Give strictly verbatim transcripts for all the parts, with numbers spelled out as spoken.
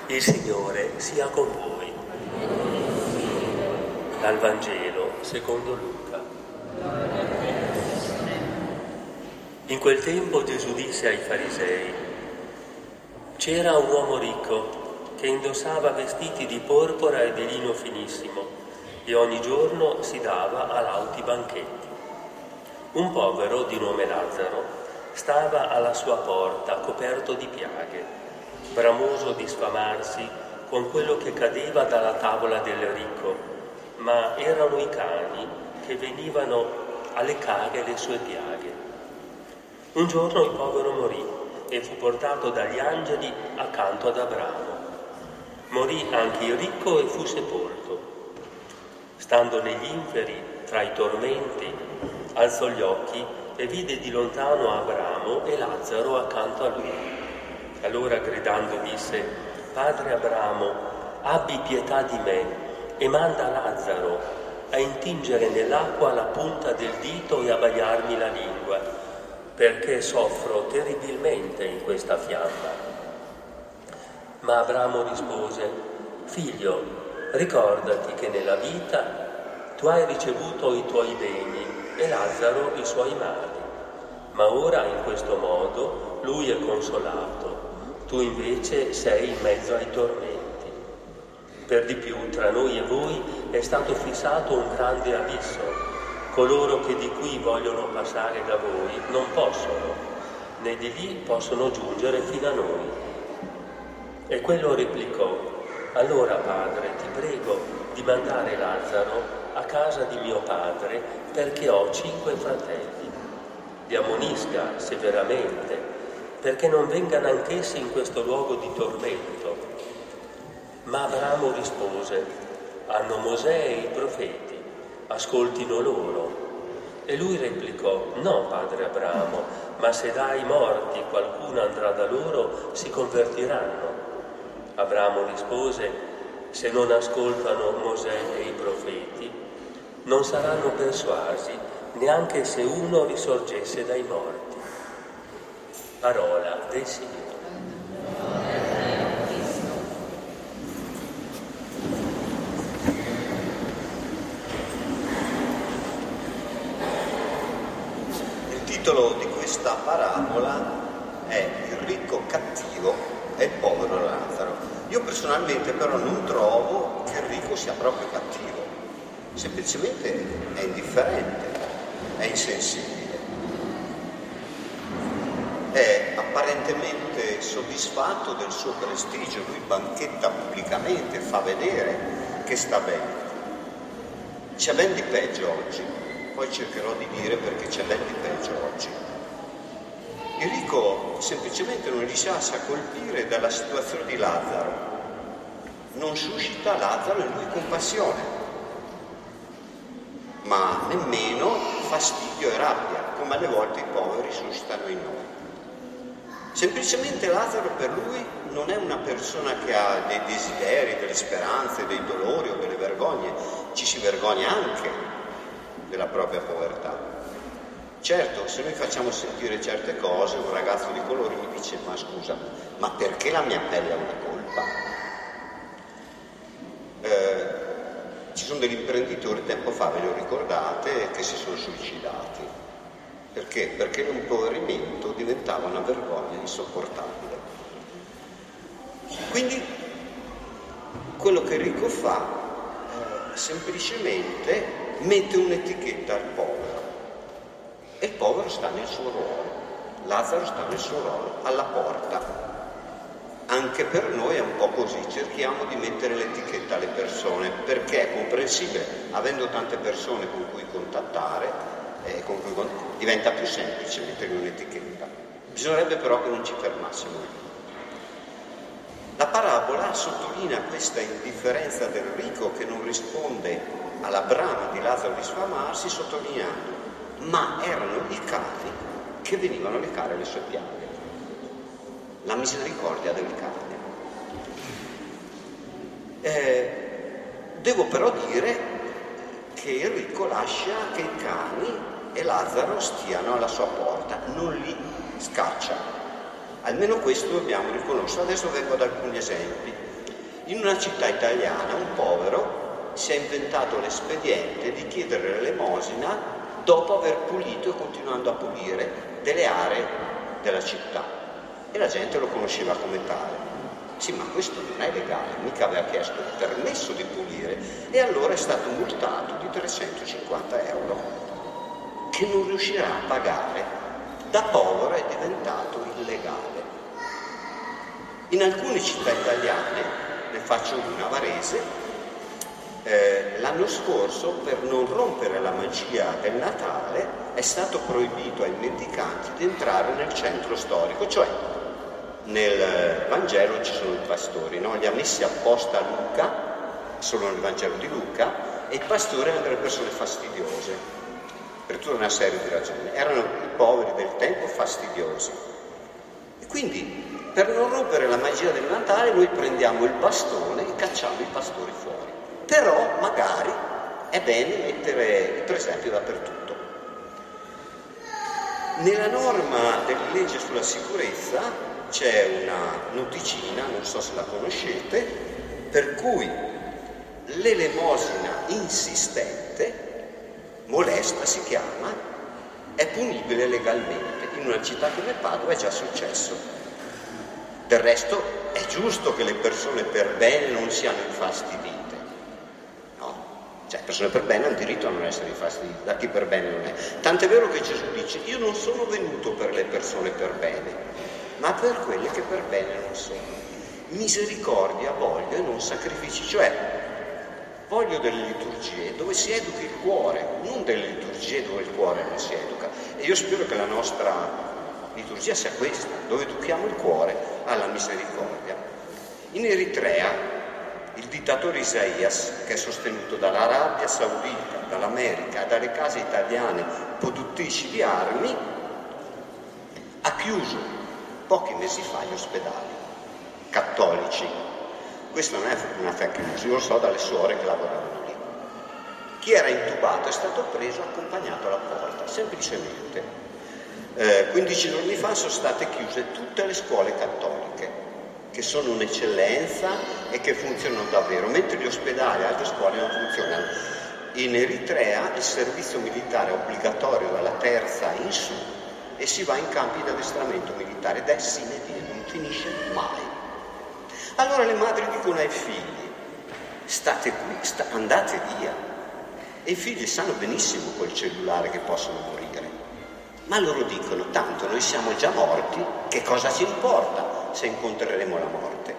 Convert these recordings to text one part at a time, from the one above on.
Il Signore sia con voi. Dal Vangelo secondo Luca. In quel tempo Gesù disse ai farisei: c'era un uomo ricco che indossava vestiti di porpora e di lino finissimo e ogni giorno si dava a lauti banchetti. Un povero di nome Lazzaro stava alla sua porta coperto di piaghe, bramoso di sfamarsi con quello che cadeva dalla tavola del ricco, ma erano i cani che venivano a leccare le sue piaghe. Un giorno il povero morì e fu portato dagli angeli accanto ad Abramo. Morì anche il ricco e fu sepolto. Stando negli inferi, tra i tormenti, alzò gli occhi e vide di lontano Abramo e Lazzaro accanto a lui. Allora gridando disse: Padre Abramo, abbi pietà di me e manda Lazzaro a intingere nell'acqua la punta del dito e a bagnarmi la lingua, perché soffro terribilmente in questa fiamma. Ma Abramo rispose: Figlio, ricordati che nella vita tu hai ricevuto i tuoi beni e Lazzaro i suoi mali, ma ora in questo modo lui è consolato, tu invece sei in mezzo ai tormenti. Per di più, tra noi e voi è stato fissato un grande abisso. Coloro che di qui vogliono passare da voi non possono, né di lì possono giungere fino a noi. E quello replicò: allora, padre, ti prego di mandare Lazzaro a casa di mio padre, perché ho cinque fratelli. Li ammonisca severamente, perché non vengano anch'essi in questo luogo di tormento. Ma Abramo rispose: hanno Mosè e i profeti, ascoltino loro. E lui replicò: no, padre Abramo, ma se dai morti qualcuno andrà da loro, si convertiranno. Abramo rispose: se non ascoltano Mosè e i profeti, non saranno persuasi, neanche se uno risorgesse dai morti. Parola del Signore. Il titolo di questa parabola è Il ricco cattivo e il povero Lazzaro. Io personalmente però non trovo che il ricco sia proprio cattivo, semplicemente è indifferente, è insensibile. È apparentemente soddisfatto del suo prestigio, lui banchetta pubblicamente, fa vedere che sta bene. C'è ben di peggio oggi, poi cercherò di dire perché c'è ben di peggio oggi. Il ricco semplicemente non gli si lascia colpire dalla situazione di Lazzaro, non suscita Lazzaro in lui compassione, ma nemmeno fastidio e rabbia, come alle volte i poveri suscitano in noi. Semplicemente Lazzaro per lui non è una persona che ha dei desideri, delle speranze, dei dolori o delle vergogne. Ci si vergogna anche della propria povertà. Certo, se noi facciamo sentire certe cose, un ragazzo di colore mi dice: ma scusa, ma perché la mia pelle ha una colpa? Eh, ci sono degli imprenditori, tempo fa, ve lo ricordate, che si sono suicidati. Perché? Perché l'impoverimento diventava una vergogna insopportabile. Quindi quello che il ricco fa eh, semplicemente mette un'etichetta al povero e il povero sta nel suo ruolo, Lazzaro sta nel suo ruolo, alla porta. Anche per noi è un po' così, cerchiamo di mettere l'etichetta alle persone perché è comprensibile, avendo tante persone con cui contattare, Eh, con cui diventa più semplice mettere un'etichetta. Bisognerebbe però che non ci fermassimo. La parabola sottolinea questa indifferenza del ricco che non risponde alla brama di Lazzaro di sfamarsi, sottolineando: ma erano i cani che venivano a leccare le sue piaghe. La misericordia del cane. Eh, devo però dire che il ricco lascia che i cani e Lazzaro stiano alla sua porta, non li scaccia. Almeno questo dobbiamo riconoscere. Adesso vengo ad alcuni esempi. In una città italiana un povero si è inventato l'espediente di chiedere l'elemosina dopo aver pulito e continuando a pulire delle aree della città, e la gente lo conosceva come tale. Sì, ma questo non è legale, mica aveva chiesto il permesso di pulire, e allora è stato multato di trecentocinquanta euro che non riuscirà a pagare. Da povero è diventato illegale. In alcune città italiane, ne faccio una, Varese, eh, l'anno scorso, per non rompere la magia del Natale, è stato proibito ai mendicanti di entrare nel centro storico, cioè nel Vangelo ci sono i pastori, no? Li ha messi apposta a Luca, solo nel Vangelo di Luca, e i pastori erano delle persone fastidiose, per tutta una serie di ragioni. Erano i poveri del tempo fastidiosi. E quindi, per non rompere la magia del Natale, noi prendiamo il bastone e cacciamo i pastori fuori. Però magari è bene mettere il presepio dappertutto. Nella norma della legge sulla sicurezza c'è una noticina, non so se la conoscete, per cui l'elemosina insistente, molesta si chiama, è punibile legalmente. In una città come Padova è già successo. Del resto è giusto che le persone per bene non siano infastidite, no? Cioè, persone per bene hanno diritto a non essere infastidite, da chi per bene non è. Tant'è vero che Gesù dice: io non sono venuto per le persone per bene, ma per quelle che per bene non sono. Misericordia voglio e non sacrifici, cioè voglio delle liturgie dove si educhi il cuore, non delle liturgie dove il cuore non si educa. E io spero che la nostra liturgia sia questa, dove educhiamo il cuore alla misericordia. In Eritrea il dittatore Isaias, che è sostenuto dall'Arabia Saudita, dall'America, dalle case italiane produttrici di armi, ha chiuso pochi mesi fa gli ospedali cattolici. Questa non è una fake news, io lo so dalle suore che lavoravano lì. Chi era intubato è stato preso e accompagnato alla porta, semplicemente. Eh, quindici giorni fa sono state chiuse tutte le scuole cattoliche, che sono un'eccellenza e che funzionano davvero, mentre gli ospedali e altre scuole non funzionano. In Eritrea il servizio militare è obbligatorio dalla terza in su, e si va in campi di addestramento militare ed è sine die, non finisce mai. Allora le madri dicono ai figli: state qui, sta, andate via. E i figli sanno benissimo col cellulare che possono morire, ma loro dicono: tanto noi siamo già morti, che cosa ci importa se incontreremo la morte?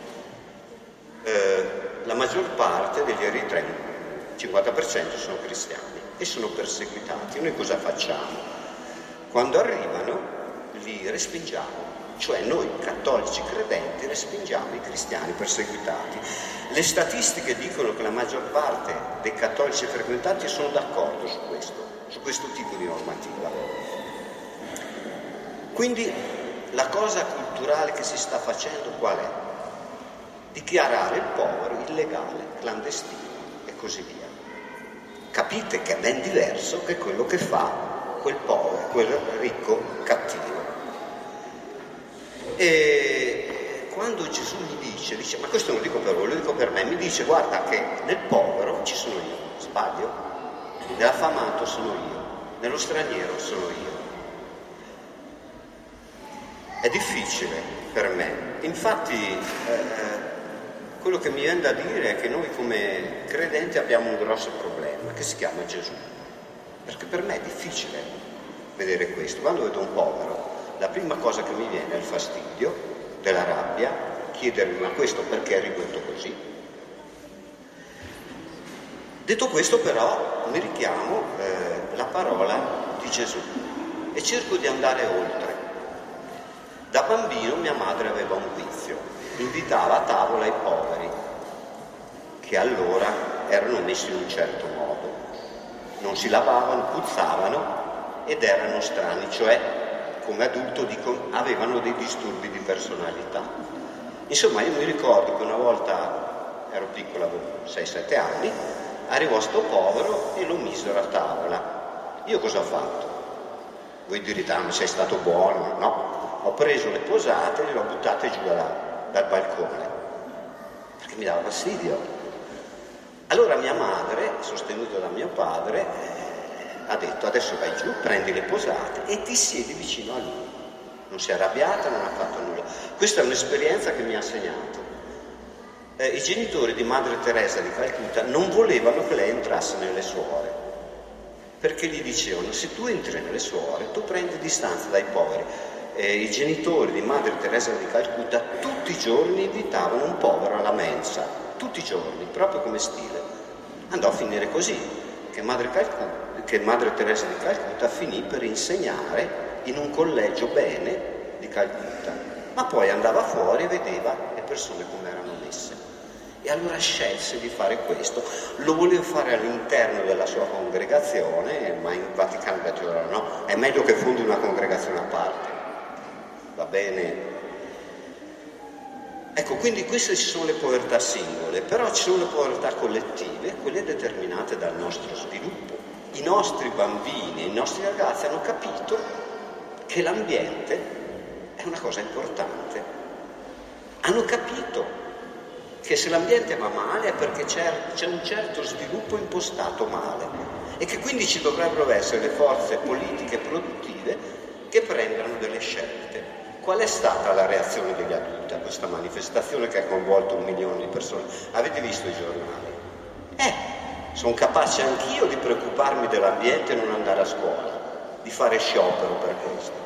Eh, la maggior parte degli eritrei, il cinquanta per cento, sono cristiani e sono perseguitati. Noi cosa facciamo? Quando arrivano li respingiamo, cioè noi cattolici credenti respingiamo i cristiani perseguitati. Le statistiche dicono che la maggior parte dei cattolici frequentanti sono d'accordo su questo, su questo tipo di normativa. Quindi la cosa culturale che si sta facendo qual è? Dichiarare il povero illegale, clandestino e così via. Capite che è ben diverso che quello che fa quel povero, quel ricco cattivo. E quando Gesù mi dice, dice, ma questo non lo dico per voi, lo dico per me, mi dice: guarda che nel povero ci sono io, sbaglio? Nell'affamato sono io, nello straniero sono io. È difficile per me, infatti eh, quello che mi viene da dire è che noi come credenti abbiamo un grosso problema che si chiama Gesù. Perché per me è difficile vedere questo. Quando vedo un povero, la prima cosa che mi viene è il fastidio, della rabbia, chiedermi: ma questo perché è ridotto così? Detto questo, però, mi richiamo eh, la parola di Gesù e cerco di andare oltre. Da bambino mia madre aveva un vizio, invitava a tavola i poveri, che allora erano messi in un certo modo. Non si lavavano, puzzavano ed erano strani, cioè, come adulto dico, avevano dei disturbi di personalità. Insomma, io mi ricordo che una volta, ero piccola, avevo sei sette anni, arrivò sto povero e lo misero a tavola. Io cosa ho fatto? Voi direte: ah, ma sei stato buono? No, ho preso le posate e le ho buttate giù dalla, dal balcone. Perché mi dava fastidio. Allora mia madre, sostenuta da mio padre, eh, ha detto: adesso vai giù, prendi le posate e ti siedi vicino a lui. Non si è arrabbiata, non ha fatto nulla. Questa è un'esperienza che mi ha segnato. Eh, I genitori di Madre Teresa di Calcutta non volevano che lei entrasse nelle suore, perché gli dicevano: se tu entri nelle suore, tu prendi distanza dai poveri. Eh, I genitori di Madre Teresa di Calcutta tutti i giorni invitavano un povero alla mensa, tutti i giorni, proprio come stile. Andò a finire così, che Madre, Calcutta, che Madre Teresa di Calcutta finì per insegnare in un collegio bene di Calcutta, ma poi andava fuori e vedeva le persone come erano messe. E allora scelse di fare questo. Lo voleva fare all'interno della sua congregazione, ma in Vaticano ha detto: no, è meglio che fondi una congregazione a parte. Va bene? Ecco, quindi queste ci sono le povertà singole, però ci sono le povertà collettive, quelle determinate dal nostro sviluppo. I nostri bambini, i nostri ragazzi hanno capito che l'ambiente è una cosa importante. Hanno capito che se l'ambiente va male è perché c'è, c'è un certo sviluppo impostato male e che quindi ci dovrebbero essere le forze politiche produttive che prendano delle scelte. Qual è stata la reazione degli adulti a questa manifestazione che ha coinvolto un milione di persone? Avete visto i giornali? Eh, sono capace anch'io di preoccuparmi dell'ambiente e non andare a scuola, di fare sciopero per questo.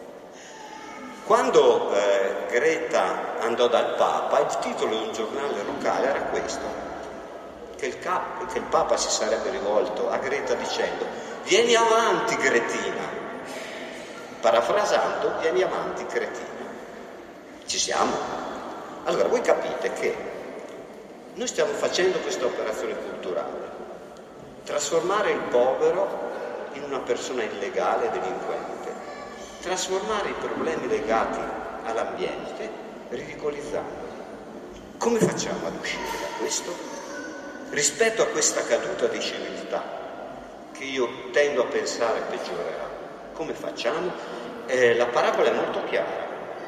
Quando eh, Greta andò dal Papa, il titolo di un giornale locale era questo, che il, cap- che il Papa si sarebbe rivolto a Greta dicendo: vieni avanti Gretina, parafrasando, vieni avanti cretina. Ci siamo? Allora voi capite che noi stiamo facendo questa operazione culturale, trasformare il povero in una persona illegale e delinquente, trasformare i problemi legati all'ambiente ridicolizzandoli. Come facciamo ad uscire da questo? Rispetto a questa caduta di civiltà, che io tendo a pensare peggiorerà, come facciamo? Eh, la parabola è molto chiara.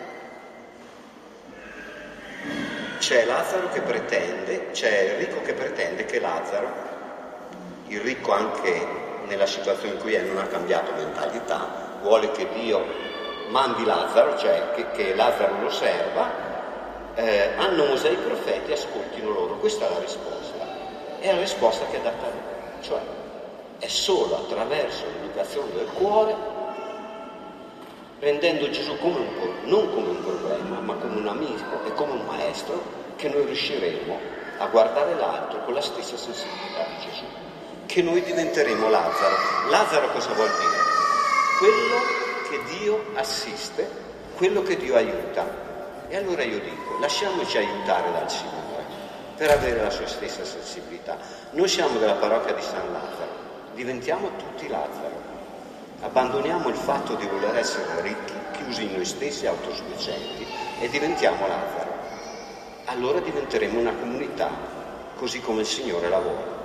C'è Lazzaro che pretende, c'è il ricco che pretende che Lazzaro, il ricco anche nella situazione in cui è non ha cambiato mentalità, vuole che Dio mandi Lazzaro, cioè che, che Lazzaro lo serva, eh, annosa i profeti, ascoltino loro. Questa è la risposta. È la risposta che è data a lui. Cioè, è solo attraverso l'educazione del cuore, rendendo Gesù come un, non come un problema, ma come un amico e come un maestro, che noi riusciremo a guardare l'altro con la stessa sensibilità di Gesù. Che noi diventeremo Lazzaro. Lazzaro cosa vuol dire? Quello che Dio assiste, quello che Dio aiuta. E allora io dico, lasciamoci aiutare dal Signore per avere la sua stessa sensibilità. Noi siamo della parrocchia di San Lazzaro, diventiamo tutti Lazzaro. Abbandoniamo il fatto di voler essere ricchi, chiusi in noi stessi, autosufficienti, e diventiamo Lazzaro. Allora diventeremo una comunità, così come il Signore lavora.